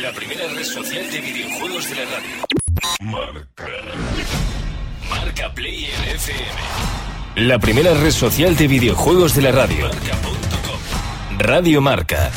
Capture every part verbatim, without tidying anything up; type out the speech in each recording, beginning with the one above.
La primera red social de videojuegos de la radio. Marca. Marca Player F M. La primera red social de videojuegos de la radio. Marca punto com. Radio Marca.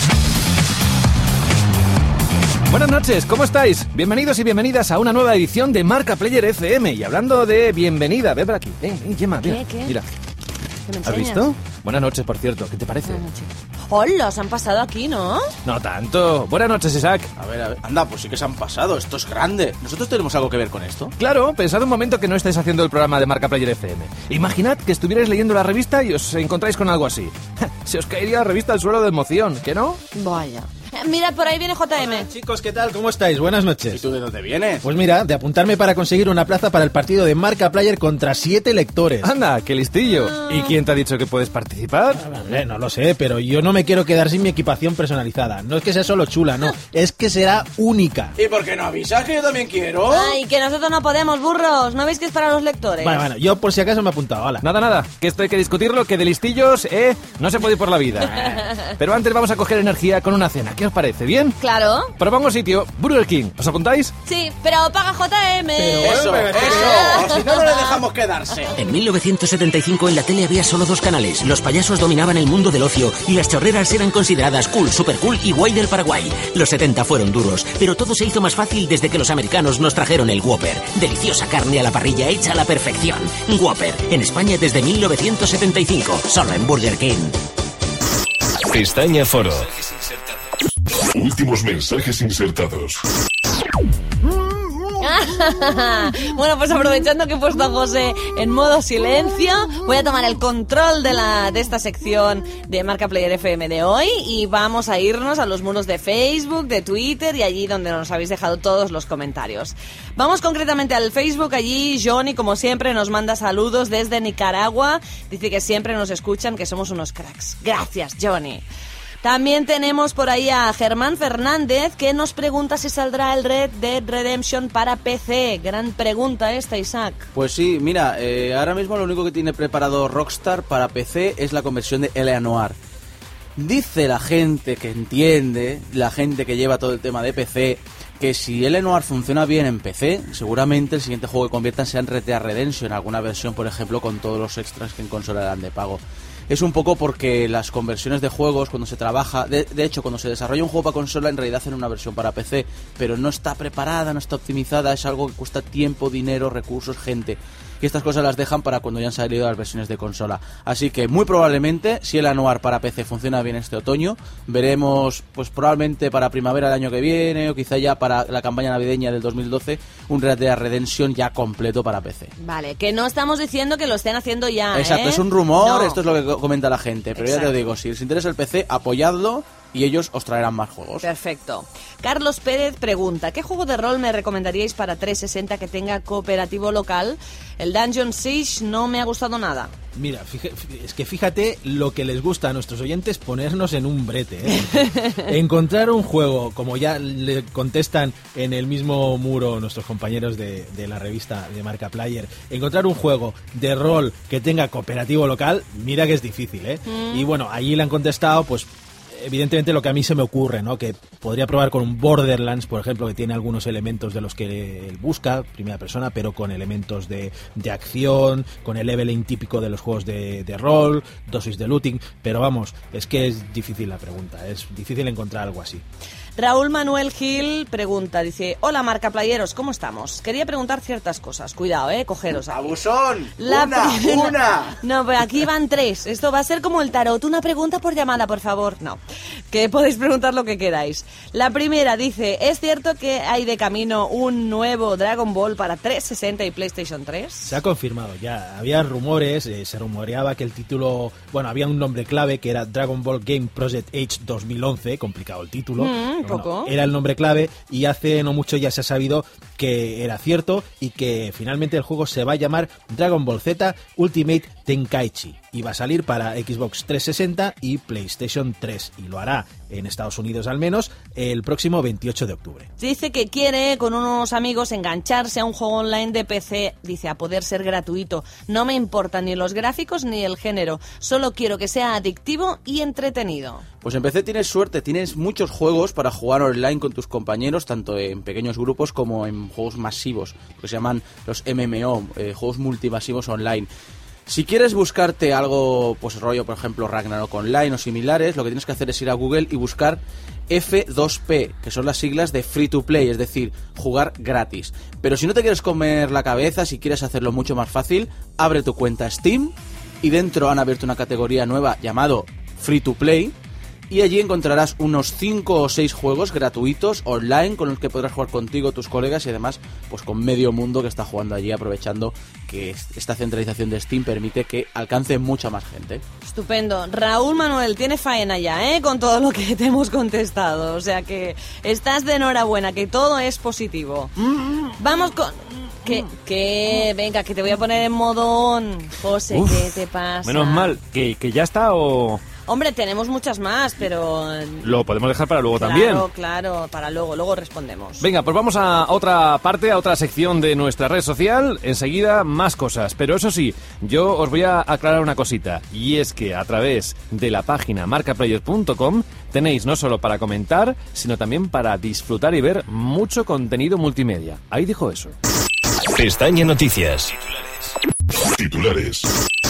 Buenas noches, ¿cómo estáis? Bienvenidos y bienvenidas a una nueva edición de Marca Player F M. Y hablando de bienvenida, ven por aquí. Ven, ven, Gemma, mira. ¿Qué, qué? Mira. ¿Qué me ¿Has enseñas? visto? Buenas noches, por cierto. ¿Qué te parece? Buenas noches. ¡Hola! Se han pasado aquí, ¿no? No tanto. Buenas noches, Isaac. A ver, a ver, anda, pues sí que se han pasado, esto es grande. ¿Nosotros tenemos algo que ver con esto? Claro, pensad un momento que no estáis haciendo el programa de Marca Player F M. Imaginad que estuvierais leyendo la revista y os encontráis con algo así. Se os caería la revista al suelo de emoción, ¿que no? Vaya. Eh, Mirad, por ahí viene J M. Hola, chicos, ¿qué tal? ¿Cómo estáis? Buenas ¿Y noches. tú de dónde vienes? Pues mira, de apuntarme para conseguir una plaza para el partido de Marca Player contra siete lectores. Anda, qué listillo. ¿Y quién te ha dicho que puedes participar? Vale, no lo sé, pero yo no me quiero quedar sin mi equipación personalizada. No es que sea solo chula, no. Es que será única. ¿Y por qué no avisas que yo también quiero? Ay, que nosotros no podemos, burros. ¿No veis que es para los lectores? Bueno, bueno, yo por si acaso me he apuntado, hala. Nada, nada, que esto hay que discutirlo, que de listillos, eh, no se puede ir por la vida. Pero antes vamos a coger energía con una cena, ¿qué os parece? ¿Bien? Claro. Propongo sitio, Burger King, ¿os apuntáis? Sí, pero paga J M. Eso, eso, si no, no le dejamos quedarse. En mil novecientos setenta y cinco en la tele había solo dos canales. Los payasos dominaban el mundo del ocio y las chorreras eran consideradas cool, super cool y guay del Paraguay. Los setenta fueron duros, pero todo se hizo más fácil desde que los americanos nos trajeron el Whopper. Deliciosa carne a la parrilla hecha a la perfección. Whopper, en España desde mil novecientos setenta y cinco, solo en Burger King. Pestaña Foro. Últimos mensajes insertados. Bueno, pues aprovechando que he puesto a José en modo silencio, voy a tomar el control de, la, de esta sección de Marca Player F M de hoy y vamos a irnos a los muros de Facebook, de Twitter y allí donde nos habéis dejado todos los comentarios. Vamos concretamente al Facebook, allí Johnny, como siempre, nos manda saludos desde Nicaragua, dice que siempre nos escuchan, que somos unos cracks. Gracias, Johnny. También tenemos por ahí a Germán Fernández, que nos pregunta si saldrá el Red Dead Redemption para P C. Gran pregunta esta, Isaac. Pues sí, mira, eh, ahora mismo lo único que tiene preparado Rockstar para P C es la conversión de L A Noire. Dice la gente que entiende, la gente que lleva todo el tema de P C, que si L A Noire funciona bien en P C, seguramente el siguiente juego que conviertan sea en Red Dead Redemption, alguna versión, por ejemplo, con todos los extras que en consola dan de pago. Es un poco porque las conversiones de juegos, cuando se trabaja, de, de hecho, cuando se desarrolla un juego para consola, en realidad hacen una versión para P C, pero no está preparada, no está optimizada, es algo que cuesta tiempo, dinero, recursos, gente. Y estas cosas las dejan para cuando ya han salido las versiones de consola. Así que muy probablemente, si el Anuar para P C funciona bien este otoño, veremos, pues probablemente para primavera del año que viene, o quizá ya para la campaña navideña del dos mil doce, un Red Dead Redemption ya completo para P C. Vale, que no estamos diciendo que lo estén haciendo ya, Exacto, ¿eh? es un rumor, No. esto es lo que comenta la gente, pero Exacto. ya te digo, si os interesa el P C, apoyadlo y ellos os traerán más juegos. Perfecto. Carlos Pérez pregunta, ¿qué juego de rol me recomendaríais para trescientos sesenta que tenga cooperativo local? El Dungeon Siege no me ha gustado nada. Mira, fija- es que fíjate lo que les gusta a nuestros oyentes ponernos en un brete, ¿eh? Encontrar un juego, como ya le contestan en el mismo muro nuestros compañeros de, de la revista de Marca Player, encontrar un juego de rol que tenga cooperativo local, mira que es difícil, ¿eh? Mm. Y bueno, allí le han contestado, pues, evidentemente lo que a mí se me ocurre, ¿no? Que podría probar con un Borderlands, por ejemplo, que tiene algunos elementos de los que él busca, primera persona, pero con elementos de, de acción, con el leveling típico de los juegos de, de rol, dosis de looting, pero vamos, es que es difícil la pregunta, es difícil encontrar algo así. Raúl Manuel Gil pregunta, dice, hola Marca Playeros, ¿cómo estamos? Quería preguntar ciertas cosas, cuidado, eh, cogeros ahí. ¡Abusón! La ¡Una! primera- ¡Una! No, pero aquí van tres. Esto va a ser como el tarot. Una pregunta por llamada, por favor. No, que podéis preguntar lo que queráis. La primera dice, ¿es cierto que hay de camino un nuevo Dragon Ball para trescientos sesenta y PlayStation tres? Se ha confirmado ya, había rumores, eh, se rumoreaba que el título, bueno, había un nombre clave que era Dragon Ball Game Project H dos mil once, complicado el título. Mm, Bueno, poco. era el nombre clave y hace no mucho ya se ha sabido que era cierto y que finalmente el juego se va a llamar Dragon Ball Z Ultimate Tenkaichi y va a salir para Xbox trescientos sesenta y PlayStation tres y lo hará en Estados Unidos al menos, el próximo veintiocho de octubre. Dice que quiere con unos amigos engancharse a un juego online de P C, dice, a poder ser gratuito. No me importan ni los gráficos ni el género, solo quiero que sea adictivo y entretenido. Pues en P C tienes suerte, tienes muchos juegos para jugar online con tus compañeros, tanto en pequeños grupos como en juegos masivos, que se llaman los M M O, eh, juegos multimasivos online. Si quieres buscarte algo, pues rollo, por ejemplo, Ragnarok Online o similares, lo que tienes que hacer es ir a Google y buscar F dos P, que son las siglas de Free to Play, es decir, jugar gratis. Pero si no te quieres comer la cabeza, si quieres hacerlo mucho más fácil, abre tu cuenta Steam y dentro han abierto una categoría nueva llamado Free to Play, y allí encontrarás unos cinco o seis juegos gratuitos online con los que podrás jugar contigo, tus colegas y además pues con medio mundo que está jugando allí, aprovechando que esta centralización de Steam permite que alcance mucha más gente. Estupendo. Raúl Manuel, tiene faena ya, ¿eh? Con todo lo que te hemos contestado. O sea que estás de enhorabuena, que todo es positivo. Vamos con... ¿Qué? ¿Qué? Venga, que te voy a poner en modón. José, Uf, ¿qué te pasa? Menos mal, que, que ya está o... Hombre, tenemos muchas más, pero... Lo podemos dejar para luego claro, también. Claro, claro, para luego, luego respondemos. Venga, pues vamos a otra parte, a otra sección de nuestra red social. Enseguida más cosas, pero eso sí, yo os voy a aclarar una cosita. Y es que a través de la página marca player punto com tenéis no solo para comentar, sino también para disfrutar y ver mucho contenido multimedia. Ahí dijo eso. Pestaña Noticias. Titulares.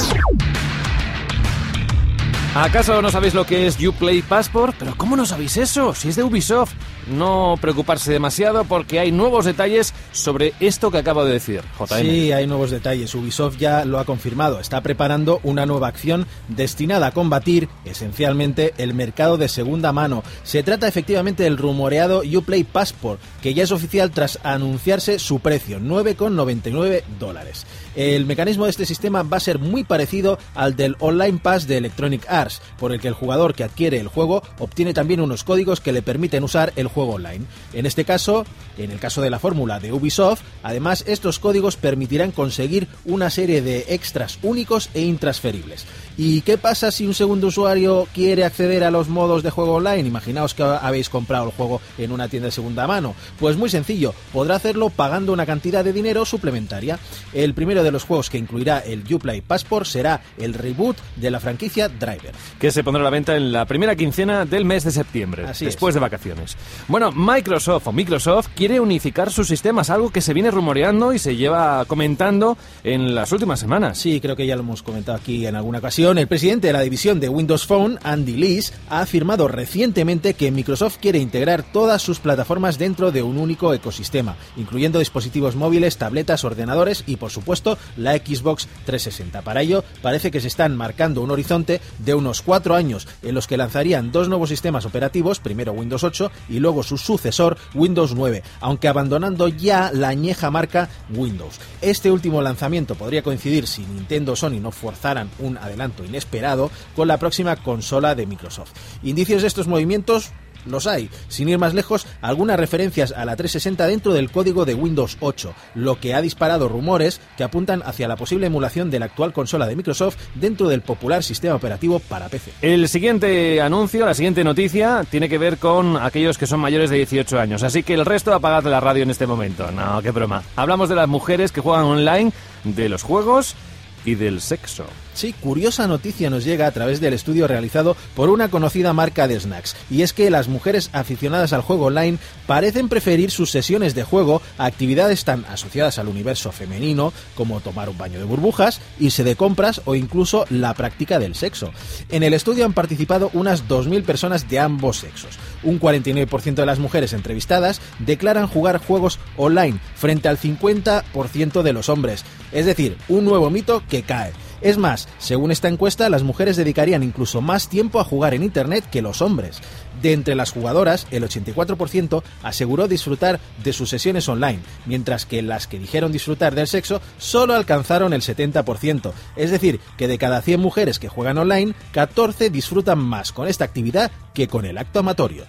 ¿Acaso no sabéis lo que es Uplay Passport? ¿Pero cómo no sabéis eso? Si es de Ubisoft. No preocuparse demasiado porque hay nuevos detalles sobre esto que acabo de decir, J M. Sí, hay nuevos detalles. Ubisoft ya lo ha confirmado. Está preparando una nueva acción destinada a combatir, esencialmente, el mercado de segunda mano. Se trata efectivamente del rumoreado Uplay Passport, que ya es oficial tras anunciarse su precio, nueve con noventa y nueve dólares. El mecanismo de este sistema va a ser muy parecido al del Online Pass de Electronic Arts, por el que el jugador que adquiere el juego obtiene también unos códigos que le permiten usar el juego online. En este caso, en el caso de la fórmula de Ubisoft, además estos códigos permitirán conseguir una serie de extras únicos e intransferibles. ¿Y qué pasa si un segundo usuario quiere acceder a los modos de juego online? Imaginaos que habéis comprado el juego en una tienda de segunda mano. Pues muy sencillo, podrá hacerlo pagando una cantidad de dinero suplementaria. El primero de los juegos que incluirá el Uplay Passport será el reboot de la franquicia Driver, que se pondrá a la venta en la primera quincena del mes de septiembre, Así después es. de vacaciones. Bueno, Microsoft o Microsoft quiere unificar sus sistemas, algo que se viene rumoreando y se lleva comentando en las últimas semanas. Sí, creo que ya lo hemos comentado aquí en alguna ocasión. El presidente de la división de Windows Phone, Andy Lees, ha afirmado recientemente que Microsoft quiere integrar todas sus plataformas dentro de un único ecosistema, incluyendo dispositivos móviles, tabletas, ordenadores y, por supuesto, la Xbox trescientos sesenta. Para ello, parece que se están marcando un horizonte de unos cuatro años en los que lanzarían dos nuevos sistemas operativos, primero Windows ocho y luego su sucesor Windows nueve, aunque abandonando ya la añeja marca Windows. Este último lanzamiento podría coincidir, si Nintendo o Sony no forzaran un adelanto inesperado, con la próxima consola de Microsoft. Indicios de estos movimientos los hay. Sin ir más lejos, algunas referencias a la trescientos sesenta dentro del código de Windows ocho, lo que ha disparado rumores que apuntan hacia la posible emulación de la actual consola de Microsoft dentro del popular sistema operativo para P C. El siguiente anuncio, la siguiente noticia, tiene que ver con aquellos que son mayores de dieciocho años, así que el resto apagad la radio en este momento. No, qué broma. Hablamos de las mujeres que juegan online, de los juegos y del sexo. Sí, curiosa noticia nos llega a través del estudio realizado por una conocida marca de snacks, y es que las mujeres aficionadas al juego online parecen preferir sus sesiones de juego a actividades tan asociadas al universo femenino como tomar un baño de burbujas, irse de compras o incluso la práctica del sexo. En el estudio han participado unas dos mil personas de ambos sexos. Un cuarenta y nueve por ciento de las mujeres entrevistadas declaran jugar juegos online frente al cincuenta por ciento de los hombres, es decir, un nuevo mito que cae. Es más, según esta encuesta, las mujeres dedicarían incluso más tiempo a jugar en Internet que los hombres. De entre las jugadoras, el ochenta y cuatro por ciento aseguró disfrutar de sus sesiones online, mientras que las que dijeron disfrutar del sexo solo alcanzaron el setenta por ciento. Es decir, que de cada cien mujeres que juegan online, catorce disfrutan más con esta actividad que con el acto amatorio.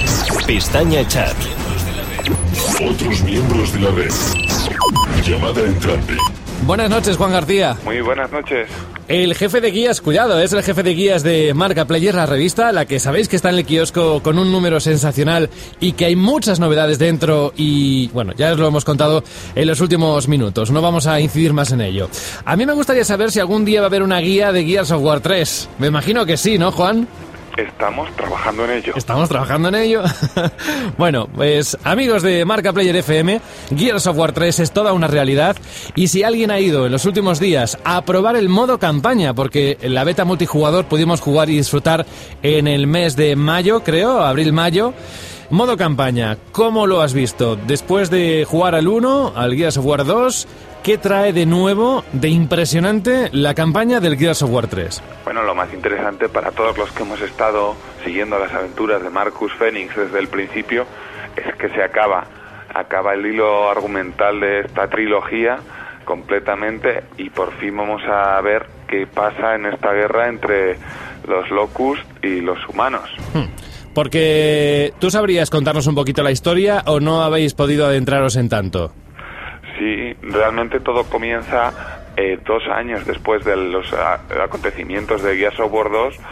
Pestaña Chat. Otros miembros de la red. Llamada entrante. Buenas noches, Juan García. Muy buenas noches. El jefe de guías, cuidado, es el jefe de guías de Marca Player, la revista, la que sabéis que está en el kiosco con un número sensacional y que hay muchas novedades dentro y, bueno, ya os lo hemos contado en los últimos minutos, no vamos a incidir más en ello. A mí me gustaría saber si algún día va a haber una guía de Gears of War tres. Me imagino que sí, ¿no, Juan? Estamos trabajando en ello. Estamos trabajando en ello. Bueno, pues amigos de Marca Player F M, Gears of War tres es toda una realidad. Y si alguien ha ido en los últimos días a probar el modo campaña, porque en la beta multijugador pudimos jugar y disfrutar en el mes de mayo, creo, abril-mayo. Modo campaña, ¿cómo lo has visto? Después de jugar al uno, al Gears of War dos, ¿qué trae de nuevo, de impresionante, la campaña del Gears of War tres? Bueno, lo más interesante para todos los que hemos estado siguiendo las aventuras de Marcus Phoenix desde el principio es que se acaba, acaba el hilo argumental de esta trilogía completamente y por fin vamos a ver qué pasa en esta guerra entre los Locust y los humanos. Hmm. Porque tú sabrías contarnos un poquito la historia o no habéis podido adentraros en tanto. Sí, realmente todo comienza eh, dos años después de los a, acontecimientos de Gears of War dos,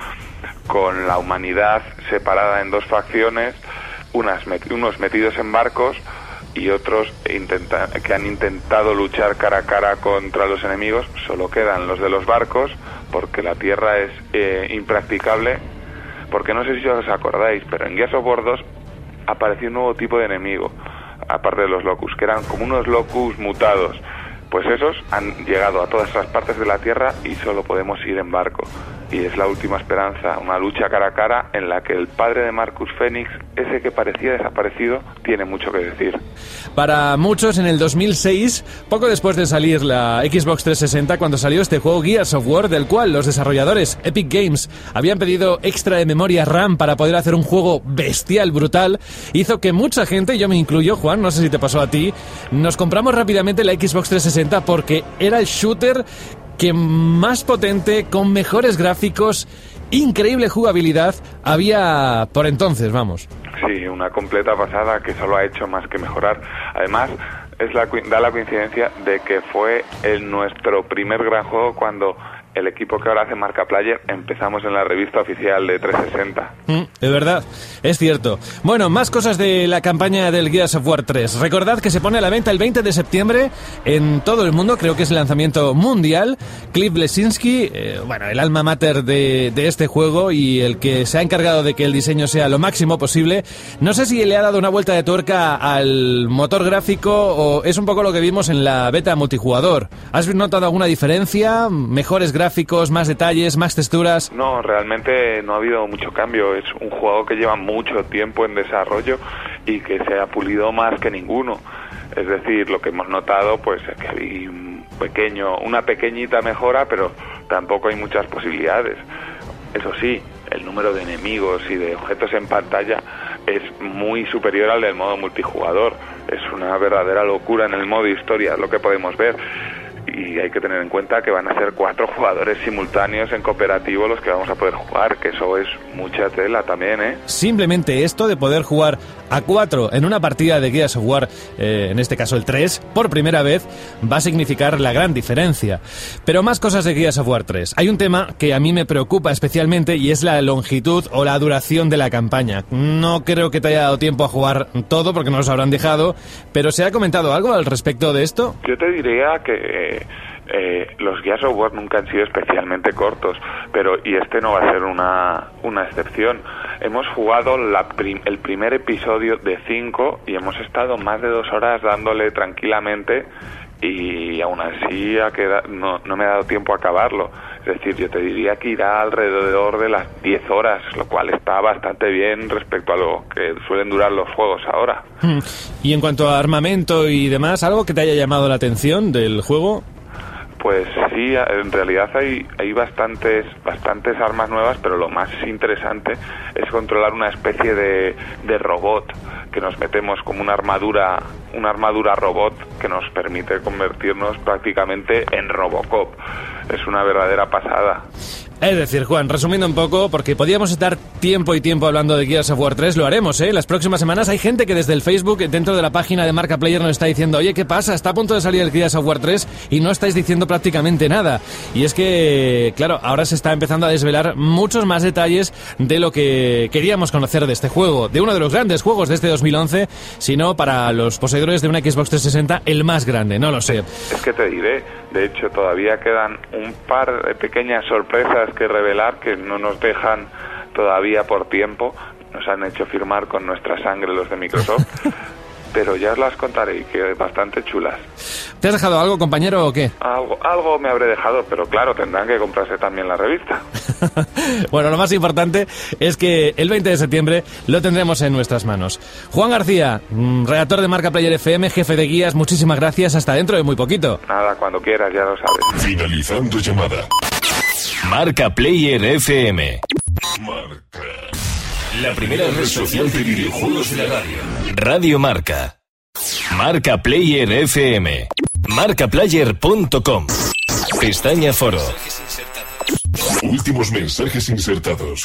con la humanidad separada en dos facciones, unas met- unos metidos en barcos y otros intenta- que han intentado luchar cara a cara contra los enemigos. Solo quedan los de los barcos porque la tierra es eh, impracticable. Porque no sé si os acordáis, pero en Gears of War dos apareció un nuevo tipo de enemigo, aparte de los Locust, que eran como unos Locust mutados. Pues esos han llegado a todas las partes de la Tierra y solo podemos ir en barco. Y es la última esperanza, una lucha cara a cara en la que el padre de Marcus Phoenix, ese que parecía desaparecido, tiene mucho que decir. Para muchos, en el dos mil seis, poco después de salir la Xbox trescientos sesenta, cuando salió este juego Gears of War, del cual los desarrolladores Epic Games habían pedido extra de memoria RAM para poder hacer un juego bestial, brutal, hizo que mucha gente, yo me incluyo, Juan, no sé si te pasó a ti, nos compramos rápidamente la Xbox trescientos sesenta porque era el shooter que más potente, con mejores gráficos, increíble jugabilidad, había por entonces, vamos. Sí, una completa pasada que solo ha hecho más que mejorar. Además, es la, da la coincidencia de que fue el, nuestro primer gran juego cuando el equipo que ahora hace Marca Player empezamos en la revista oficial de trescientos sesenta. Mm, es verdad, es cierto. Bueno, más cosas de la campaña del Gears of War tres. Recordad que se pone a la venta el veinte de septiembre en todo el mundo, creo que es el lanzamiento mundial. Cliff Bleszinski, eh, bueno, el alma mater de, de este juego y el que se ha encargado de que el diseño sea lo máximo posible. No sé si le ha dado una vuelta de tuerca al motor gráfico o es un poco lo que vimos en la beta multijugador. ¿Has notado alguna diferencia? ¿Mejores gráficos, más detalles, más texturas? No, realmente no ha habido mucho cambio. Es un juego que lleva mucho tiempo en desarrollo y que se ha pulido más que ninguno. Es decir, lo que hemos notado pues es que hay un pequeño, una pequeñita mejora, pero tampoco hay muchas posibilidades. Eso sí, el número de enemigos y de objetos en pantalla es muy superior al del modo multijugador. Es una verdadera locura en el modo historia lo que podemos ver. Y hay que tener en cuenta que van a ser cuatro jugadores simultáneos en cooperativo los que vamos a poder jugar, que eso es mucha tela también, ¿eh? Simplemente esto de poder jugar a cuatro en una partida de Gears of War, eh, en este caso el tres, por primera vez, va a significar la gran diferencia. Pero más cosas de Gears of War tres. Hay un tema que a mí me preocupa especialmente y es la longitud o la duración de la campaña. No creo que te haya dado tiempo a jugar todo porque no los habrán dejado, pero ¿se ha comentado algo al respecto de esto? Yo te diría que Eh, los Gears of War nunca han sido especialmente cortos, pero y este no va a ser una, una excepción. Hemos jugado la prim, el primer episodio de cinco y hemos estado más de dos horas dándole tranquilamente y aún así ha quedado, no, no me ha dado tiempo a acabarlo. Es decir, yo te diría que irá alrededor de las diez horas, lo cual está bastante bien respecto a lo que suelen durar los juegos ahora. Y en cuanto a armamento y demás, ¿algo que te haya llamado la atención del juego? Pues sí, en realidad hay, hay bastantes, bastantes armas nuevas, pero lo más interesante es controlar una especie de, de robot que nos metemos como una armadura, una armadura robot que nos permite convertirnos prácticamente en Robocop. Es una verdadera pasada. Es decir, Juan, resumiendo un poco, porque podíamos estar tiempo y tiempo hablando de Gears of War tres, lo haremos, ¿eh? Las próximas semanas hay gente que desde el Facebook, dentro de la página de Marca Player, nos está diciendo, oye, ¿qué pasa? Está a punto de salir el Gears of War tres y no estáis diciendo prácticamente nada. Y es que, claro, ahora se está empezando a desvelar muchos más detalles de lo que queríamos conocer de este juego, de uno de los grandes juegos de este dos mil once, sino para los poseedores de una Xbox trescientos sesenta, el más grande, no lo sé. Es que te diré, de hecho todavía quedan un par de pequeñas sorpresas que revelar que no nos dejan todavía por tiempo. Nos han hecho firmar con nuestra sangre los de Microsoft, pero ya os las contaré, que bastante chulas. ¿Te has dejado algo, compañero, o qué? Algo, algo me habré dejado, pero claro, tendrán que comprarse también la revista. Bueno, lo más importante es que el veinte de septiembre lo tendremos en nuestras manos. Juan García, redactor de Marca Player F M, jefe de guías, muchísimas gracias. Hasta dentro de muy poquito. Nada, cuando quieras, ya lo sabes. Finalizando llamada. Marca Player F M. Marca. La primera red social de videojuegos de la radio. Radio Marca. Marca Player F M. Marcaplayer punto com. Pestaña Foro. Últimos mensajes insertados.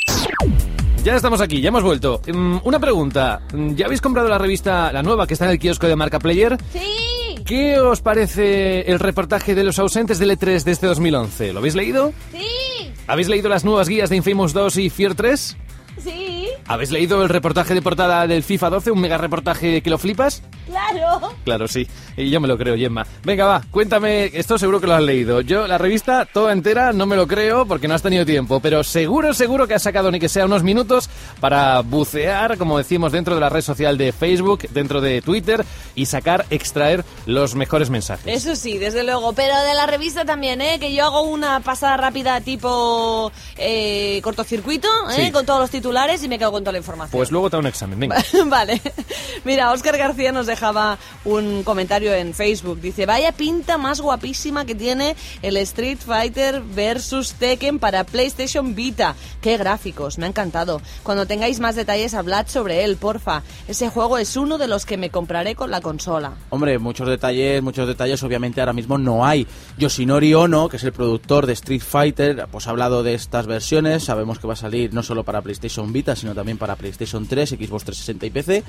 Ya estamos aquí, ya hemos vuelto. Um, una pregunta. ¿Ya habéis comprado la revista, la nueva que está en el kiosco de Marca Player? ¡Sí! ¿Qué os parece el reportaje de los ausentes del E tres de este dos mil once? ¿Lo habéis leído? ¡Sí! ¿Habéis leído las nuevas guías de Infamous dos y Fear tres? ¡Sí! ¿Habéis leído el reportaje de portada del FIFA doce? ¿Un mega reportaje que lo flipas? ¡Claro! Claro, sí. Y yo me lo creo, Gemma. Venga, va, cuéntame. Esto seguro que lo has leído. Yo, la revista, toda entera, no me lo creo porque no has tenido tiempo. Pero seguro, seguro que has sacado ni que sea unos minutos para bucear, como decimos, dentro de la red social de Facebook, dentro de Twitter, y sacar, extraer los mejores mensajes. Eso sí, desde luego. Pero de la revista también, ¿eh? Que yo hago una pasada rápida tipo eh, cortocircuito, ¿eh? Sí. Con todos los titulares y me quedo con toda la información. Pues luego te hago un examen, venga. Vale. Mira, Óscar García nos dejaba un comentario en Facebook. Dice, vaya pinta más guapísima que tiene el Street Fighter versus Tekken para PlayStation Vita. Qué gráficos, me ha encantado. Cuando tengáis más detalles, hablad sobre él, porfa. Ese juego es uno de los que me compraré con la consola. Hombre, muchos detalles, muchos detalles obviamente ahora mismo no hay. Yoshinori Ono, que es el productor de Street Fighter, pues ha hablado de estas versiones. Sabemos que va a salir no solo para PlayStation Vita, sino también para PlayStation tres, Xbox trescientos sesenta y P C.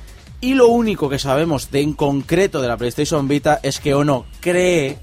Y lo único que sabemos de en concreto de la PlayStation Vita es que Ono cree,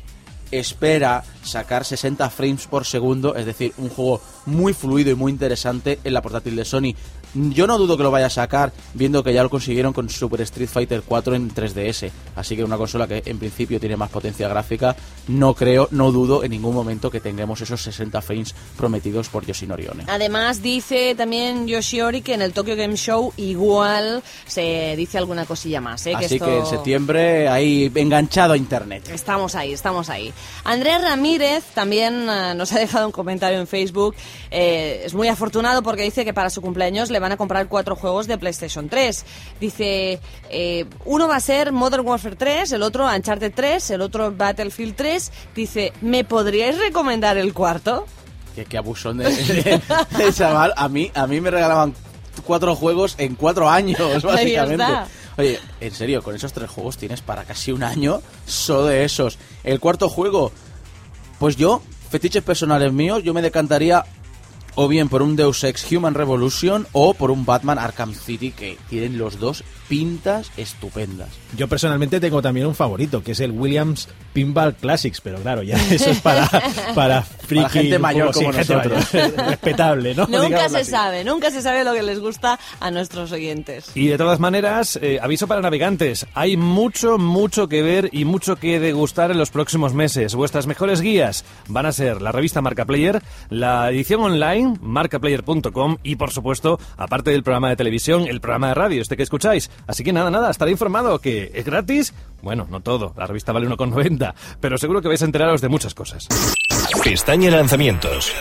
espera sacar sesenta frames por segundo, es decir, un juego muy fluido y muy interesante en la portátil de Sony. Yo no dudo que lo vaya a sacar, viendo que ya lo consiguieron con Super Street Fighter cuatro en tres D S. Así que una consola que en principio tiene más potencia gráfica, no creo, no dudo en ningún momento que tengamos esos sesenta frames prometidos por Yoshinori Ono. Además dice también Yoshiori que en el Tokyo Game Show igual se dice alguna cosilla más, ¿eh? Así que, esto... que en septiembre ahí enganchado a internet. Estamos ahí, estamos ahí. Andrés Ramírez también uh, nos ha dejado un comentario en Facebook. Eh, es muy afortunado porque dice que para su cumpleaños le van a comprar cuatro juegos de PlayStation tres. Dice, eh, uno va a ser Modern Warfare tres, el otro Uncharted tres, el otro Battlefield tres. Dice, ¿me podríais recomendar el cuarto? Qué, qué abusón de, de, de chaval. A mí, a mí me regalaban cuatro juegos en cuatro años, básicamente. Oye, en serio, con esos tres juegos tienes para casi un año solo de esos. El cuarto juego, pues yo, fetiches personales míos, yo me decantaría o bien por un Deus Ex Human Revolution o por un Batman Arkham City, que tienen los dos pintas estupendas. Yo personalmente tengo también un favorito, que es el Williams Pinball Classics, pero claro, ya eso es para para friki, para gente mayor como sí, gente nosotros. mayor, respetable, ¿no? Nunca Digamos se así. sabe, nunca se sabe lo que les gusta a nuestros oyentes. Y de todas maneras, eh, aviso para navegantes, hay mucho, mucho que ver y mucho que degustar en los próximos meses. Vuestras mejores guías van a ser la revista Marca Player, la edición online, marcaplayer punto com, y por supuesto, aparte del programa de televisión, el programa de radio, este que escucháis. Así que nada, nada, estaré informado que es gratis. Bueno, no todo, la revista vale uno con noventa, pero seguro que vais a enteraros de muchas cosas. Pestaña lanzamientos.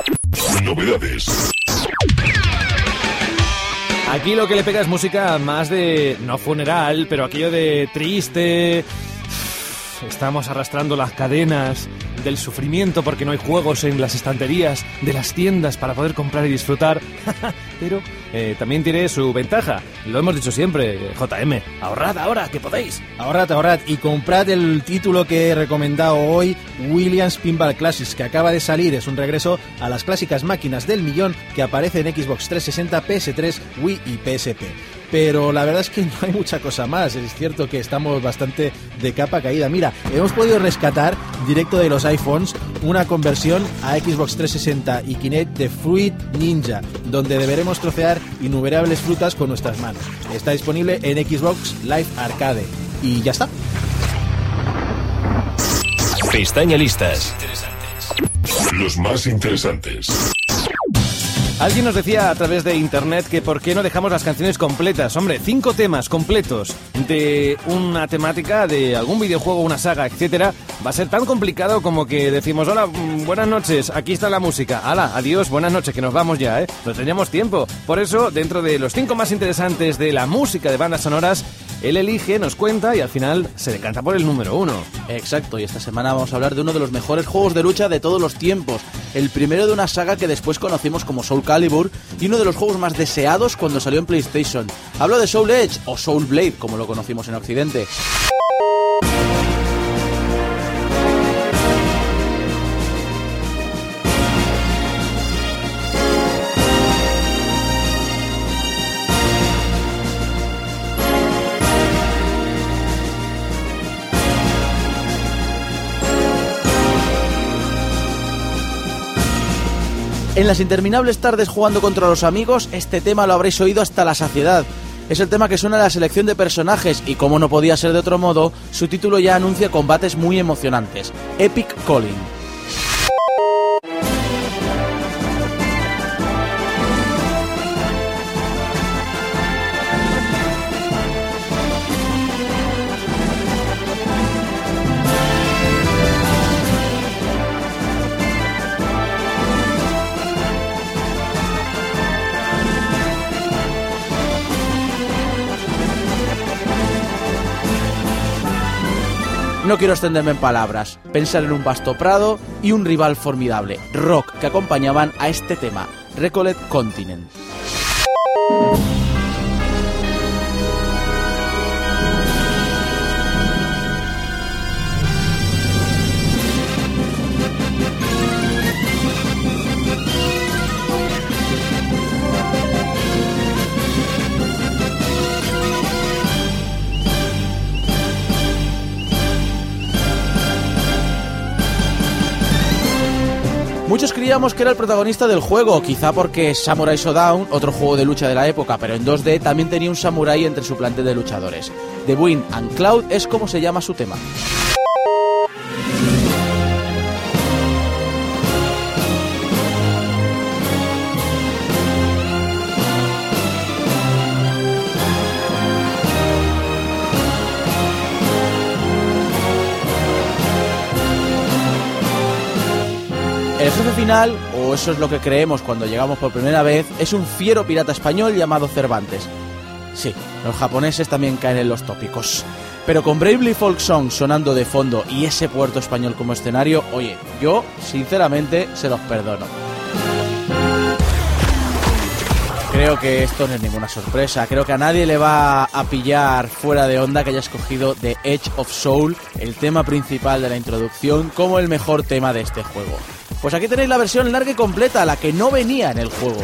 Novedades. Aquí lo que le pega es música más de, no funeral, pero aquello de triste. Estamos arrastrando las cadenas del sufrimiento porque no hay juegos en las estanterías de las tiendas para poder comprar y disfrutar. Pero eh, también tiene su ventaja. Lo hemos dicho siempre, J M. Ahorrad ahora, que podéis. Ahorrad, ahorrad y comprad el título que he recomendado hoy, Williams Pinball Classics, que acaba de salir. Es un regreso a las clásicas máquinas del millón que aparece en Xbox trescientos sesenta, P S tres, Wii y P S P. Pero la verdad es que no hay mucha cosa más. Es cierto que estamos bastante de capa caída. Mira, hemos podido rescatar directo de los iPhones una conversión a Xbox trescientos sesenta y Kinect de Fruit Ninja, donde deberemos trocear innumerables frutas con nuestras manos. Está disponible en Xbox Live Arcade. Y ya está. Pestaña listas. Los más interesantes. Alguien nos decía a través de internet que por qué no dejamos las canciones completas. Hombre, cinco temas completos de una temática, de algún videojuego, una saga, etcétera, va a ser tan complicado como que decimos, hola, buenas noches, aquí está la música. Hala, adiós, buenas noches, que nos vamos ya, ¿eh? No teníamos tiempo. Por eso, dentro de los cinco más interesantes de la música de bandas sonoras, él elige, nos cuenta y al final se decanta por el número uno. Exacto, y esta semana vamos a hablar de uno de los mejores juegos de lucha de todos los tiempos. El primero de una saga que después conocimos como Soul Calibur y uno de los juegos más deseados cuando salió en PlayStation. Hablo de Soul Edge o Soul Blade, como lo conocimos en Occidente. En las interminables tardes jugando contra los amigos, este tema lo habréis oído hasta la saciedad. Es el tema que suena a la selección de personajes y, como no podía ser de otro modo, su título ya anuncia combates muy emocionantes. Epic Calling. No quiero extenderme en palabras, pensar en un vasto prado y un rival formidable, rock, que acompañaban a este tema, Recollect Continent. Muchos creíamos que era el protagonista del juego, quizá porque Samurai Showdown, otro juego de lucha de la época, pero en dos D, también tenía un samurái entre su plantel de luchadores. The Wind and Cloud es como se llama su tema. El jefe final, o eso es lo que creemos cuando llegamos por primera vez, es un fiero pirata español llamado Cervantes. Sí, los japoneses también caen en los tópicos. Pero con Bravely Folk Song sonando de fondo y ese puerto español como escenario, oye, yo, sinceramente, se los perdono. Creo que esto no es ninguna sorpresa, creo que a nadie le va a pillar fuera de onda que haya escogido The Edge of Soul, el tema principal de la introducción, como el mejor tema de este juego. Pues aquí tenéis la versión larga y completa, la que no venía en el juego.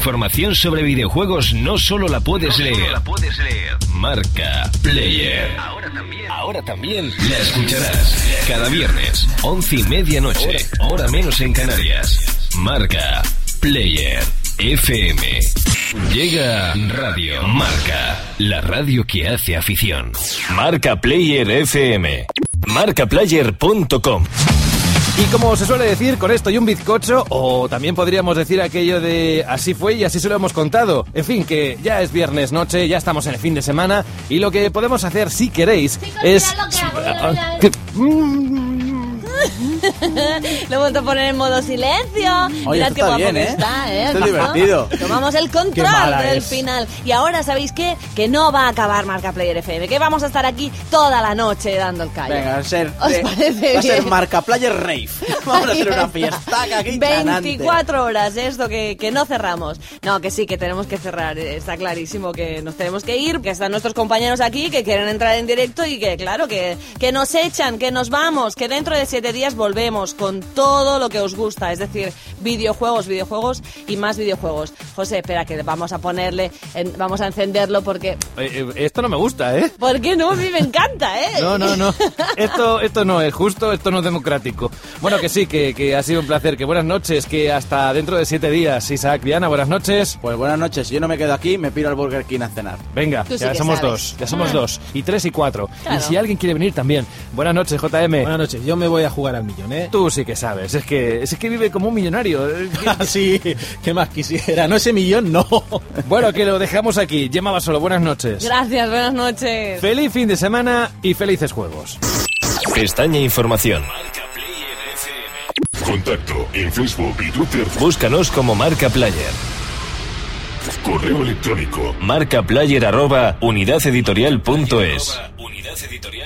información sobre videojuegos no solo la puedes No leer. solo la puedes leer. Marca Player. Ahora también. Ahora también la escucharás cada viernes, once y media noche, hora menos en Canarias. Marca Player F M. Llega Radio Marca, la radio que hace afición. Marca Player F M. marca player punto com. Y como se suele decir, con esto y un bizcocho, o también podríamos decir aquello de así fue y así se lo hemos contado. En fin, que ya es viernes noche, ya estamos en el fin de semana, y lo que podemos hacer, si queréis, es... Lo he vuelto a poner en modo silencio. Oye, Mirad esto qué está guapo bien, que ¿eh? está, ¿eh? Esto es Papá. divertido. Tomamos el Qué control mala del es. final. Y ahora, ¿sabéis qué? Que no va a acabar Marca Player F M, que vamos a estar aquí toda la noche dando el callo. Venga, va a ser, ¿Os de- parece va a ser bien? Marca Player Rave. Vamos a hacer una fiestaca aquí chanante. veinticuatro horas, esto que, que no cerramos. No, que sí, que tenemos que cerrar. Está clarísimo que nos tenemos que ir, que están nuestros compañeros aquí, que quieren entrar en directo y que, claro, que, que nos echan, que nos vamos, que dentro de siete días volvemos con todo lo que os gusta. Es decir, videojuegos, videojuegos y más videojuegos. José, espera, que vamos a ponerle, en- vamos a encenderlo porque... Eh, eh, esto no me gusta, ¿eh? ¿Por qué no? A mí me encanta, ¿eh? No, no, no. Esto, esto no es justo, esto no es democrático. Bueno, que sí, que, que ha sido un placer. Que buenas noches, que hasta dentro de siete días. Isaac, Diana, buenas noches. Pues buenas noches, si yo no me quedo aquí, me piro al Burger King a cenar. Venga, Tú sí ya que somos sabes. dos, ya somos Ah. dos. Y tres y cuatro. Claro. Y si alguien quiere venir también. Buenas noches, J M. Buenas noches, yo me voy a jugar al millón, ¿eh? Tú sí que sabes, es que, es que vive como un millonario. Sí, ¿qué más quisiera? No, ese millón no. Bueno, que lo dejamos aquí. Gemma Basolo, buenas noches. Gracias, buenas noches. Feliz fin de semana y felices juegos. Pestaña Información. Contacto en Facebook y Twitter. Búscanos como Marca Player. Correo electrónico. Marcaplayer arroba unidadeditorial punto es.